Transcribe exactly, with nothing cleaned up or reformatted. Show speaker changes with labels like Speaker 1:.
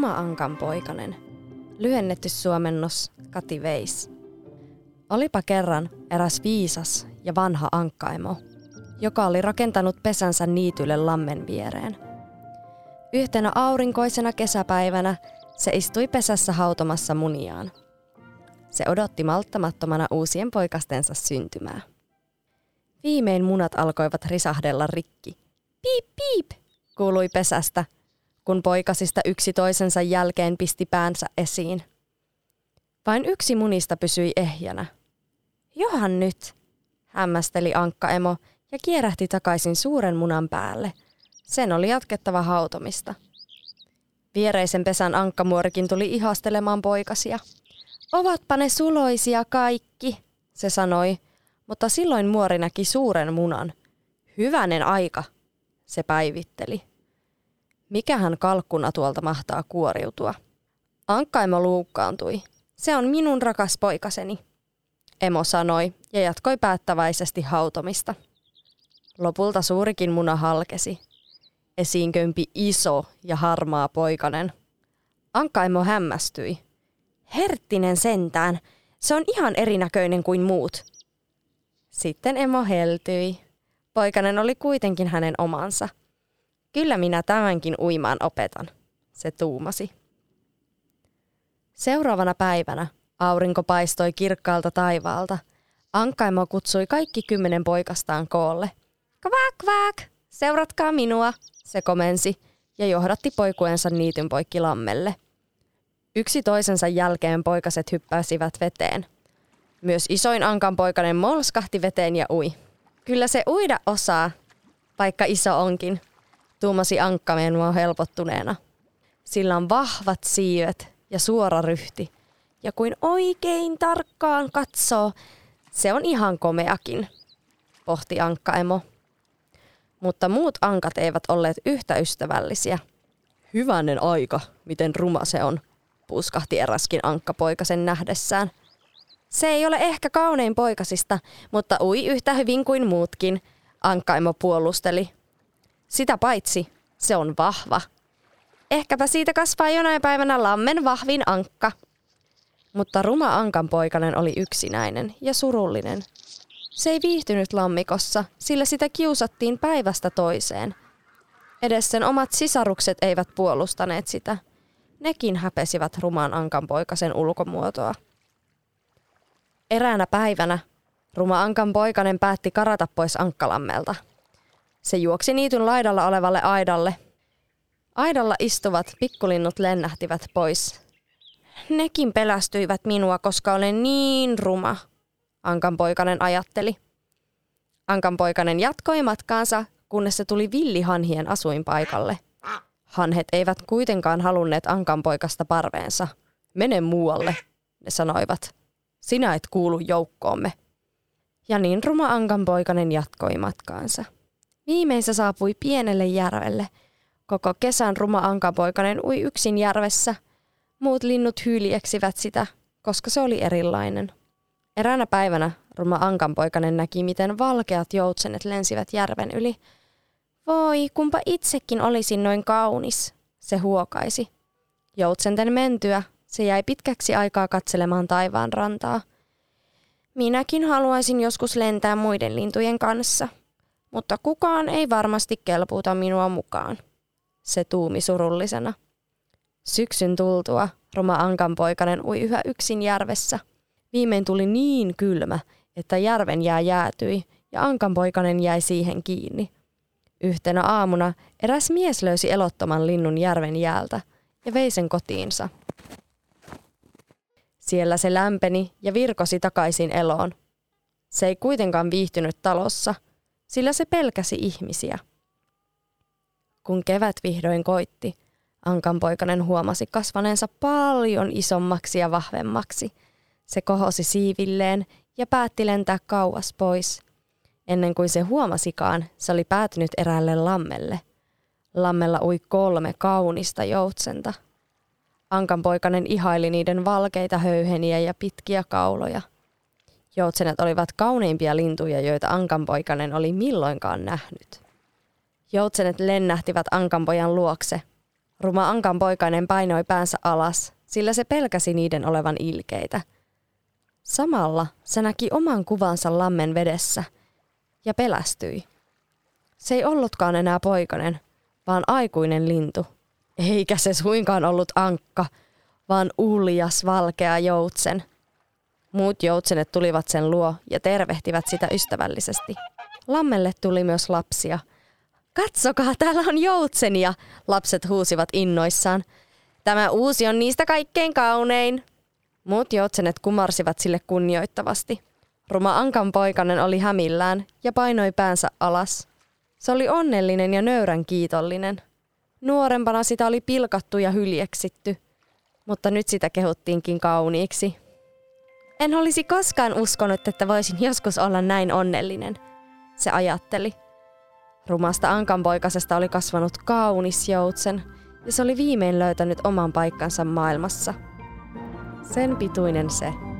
Speaker 1: Ruma Ankanpoikanen. Lyhennetty suomennos Kati Veis. Olipa kerran eräs viisas ja vanha ankkaemo, joka oli rakentanut pesänsä niitylle lammen viereen. Yhtenä aurinkoisena kesäpäivänä se istui pesässä hautomassa muniaan. Se odotti malttamattomana uusien poikastensa syntymää. Viimein munat alkoivat risahdella rikki. Piip piip, kuului pesästä, kun poikasista yksi toisensa jälkeen pisti päänsä esiin. Vain yksi munista pysyi ehjänä. Johan nyt, hämmästeli ankkaemo ja kierähti takaisin suuren munan päälle. Sen oli jatkettava hautomista. Viereisen pesän ankkamuorikin tuli ihastelemaan poikasia. Ovatpa ne suloisia kaikki, se sanoi, mutta silloin muori näki suuren munan. Hyvänen aika, se päivitteli. Mikähän kalkkuna tuolta mahtaa kuoriutua? Ankkaemo luukkaantui. Se on minun rakas poikaseni, emo sanoi ja jatkoi päättäväisesti hautomista. Lopulta suurikin muna halkesi. Esiin kömpi iso ja harmaa poikanen. Ankkaemo hämmästyi. Herttinen sentään, se on ihan erinäköinen kuin muut. Sitten emo heltyi. Poikanen oli kuitenkin hänen omansa. Kyllä minä tämänkin uimaan opetan, se tuumasi. Seuraavana päivänä aurinko paistoi kirkkaalta taivaalta. Ankkaemo kutsui kaikki kymmenen poikastaan koolle. Kvääk, kvääk, seuratkaa minua, se komensi ja johdatti poikuensa niityn poikki lammelle. Yksi toisensa jälkeen poikaset hyppäsivät veteen. Myös isoin ankanpoikanen molskahti veteen ja ui. Kyllä se uida osaa, vaikka iso onkin, tuumasi ankkameenua helpottuneena. Sillä on vahvat siivet ja suora ryhti. Ja kuin oikein tarkkaan katsoo, se on ihan komeakin, pohti ankkaemo. Mutta muut ankat eivät olleet yhtä ystävällisiä. Hyvänen aika, miten ruma se on, puuskahti eräskin ankkapoikasen nähdessään. Se ei ole ehkä kaunein poikasista, mutta ui yhtä hyvin kuin muutkin, ankkaemo puolusteli. Sitä paitsi, se on vahva. Ehkäpä siitä kasvaa jonain päivänä lammen vahvin ankka. Mutta ruma ankanpoikanen oli yksinäinen ja surullinen. Se ei viihtynyt lammikossa, sillä sitä kiusattiin päivästä toiseen. Edes sen omat sisarukset eivät puolustaneet sitä. Nekin häpesivät ruman ankanpoikasen ulkomuotoa. Eräänä päivänä ruma ankanpoikanen päätti karata pois ankkalammelta. Se juoksi niityn laidalla olevalle aidalle. Aidalla istuvat pikkulinnut lennähtivät pois. Nekin pelästyivät minua, koska olen niin ruma, ankanpoikanen ajatteli. Ankanpoikanen jatkoi matkaansa, kunnes se tuli villihanhien asuinpaikalle. Hanhet eivät kuitenkaan halunneet ankanpoikasta parveensa. Mene muualle, ne sanoivat. Sinä et kuulu joukkoomme. Ja niin ruma ankanpoikanen jatkoi matkaansa. Viimein se saapui pienelle järvelle. Koko kesän ruma ankanpoikanen ui yksin järvessä. Muut linnut hyljeksivät sitä, koska se oli erilainen. Eräänä päivänä ruma ankanpoikanen näki, miten valkeat joutsenet lensivät järven yli. Voi, kumpa itsekin olisin noin kaunis, se huokaisi. Joutsenten mentyä se jäi pitkäksi aikaa katselemaan taivaan rantaa. Minäkin haluaisin joskus lentää muiden lintujen kanssa, mutta kukaan ei varmasti kelpuuta minua mukaan, se tuumi surullisena. Syksyn tultua ruma ankanpoikanen ui yhä yksin järvessä. Viimein tuli niin kylmä, että järven jää jäätyi ja ankanpoikanen jäi siihen kiinni. Yhtenä aamuna eräs mies löysi elottoman linnun järven jäältä ja vei sen kotiinsa. Siellä se lämpeni ja virkosi takaisin eloon. Se ei kuitenkaan viihtynyt talossa, sillä se pelkäsi ihmisiä. Kun kevät vihdoin koitti, ankanpoikanen huomasi kasvaneensa paljon isommaksi ja vahvemmaksi. Se kohosi siivilleen ja päätti lentää kauas pois. Ennen kuin se huomasikaan, se oli päätynyt eräälle lammelle. Lammella ui kolme kaunista joutsenta. Ankanpoikanen ihaili niiden valkeita höyheniä ja pitkiä kauloja. Joutsenet olivat kauneimpia lintuja, joita ankanpoikanen oli milloinkaan nähnyt. Joutsenet lennähtivät ankanpojan luokse. Ruma ankanpoikainen painoi päänsä alas, sillä se pelkäsi niiden olevan ilkeitä. Samalla se näki oman kuvansa lammen vedessä ja pelästyi. Se ei ollutkaan enää poikanen, vaan aikuinen lintu. Eikä se suinkaan ollut ankka, vaan uljas valkea joutsen. Muut joutsenet tulivat sen luo ja tervehtivät sitä ystävällisesti. Lammelle tuli myös lapsia. Katsokaa, täällä on joutsenia, lapset huusivat innoissaan. Tämä uusi on niistä kaikkein kaunein. Muut joutsenet kumarsivat sille kunnioittavasti. Ruma ankanpoikanen oli hämillään ja painoi päänsä alas. Se oli onnellinen ja nöyrän kiitollinen. Nuorempana sitä oli pilkattu ja hyljeksitty, mutta nyt sitä kehuttiinkin kauniiksi. En olisi koskaan uskonut, että voisin joskus olla näin onnellinen, se ajatteli. Rumasta ankanpoikasesta oli kasvanut kaunis joutsen ja se oli viimein löytänyt oman paikkansa maailmassa. Sen pituinen se.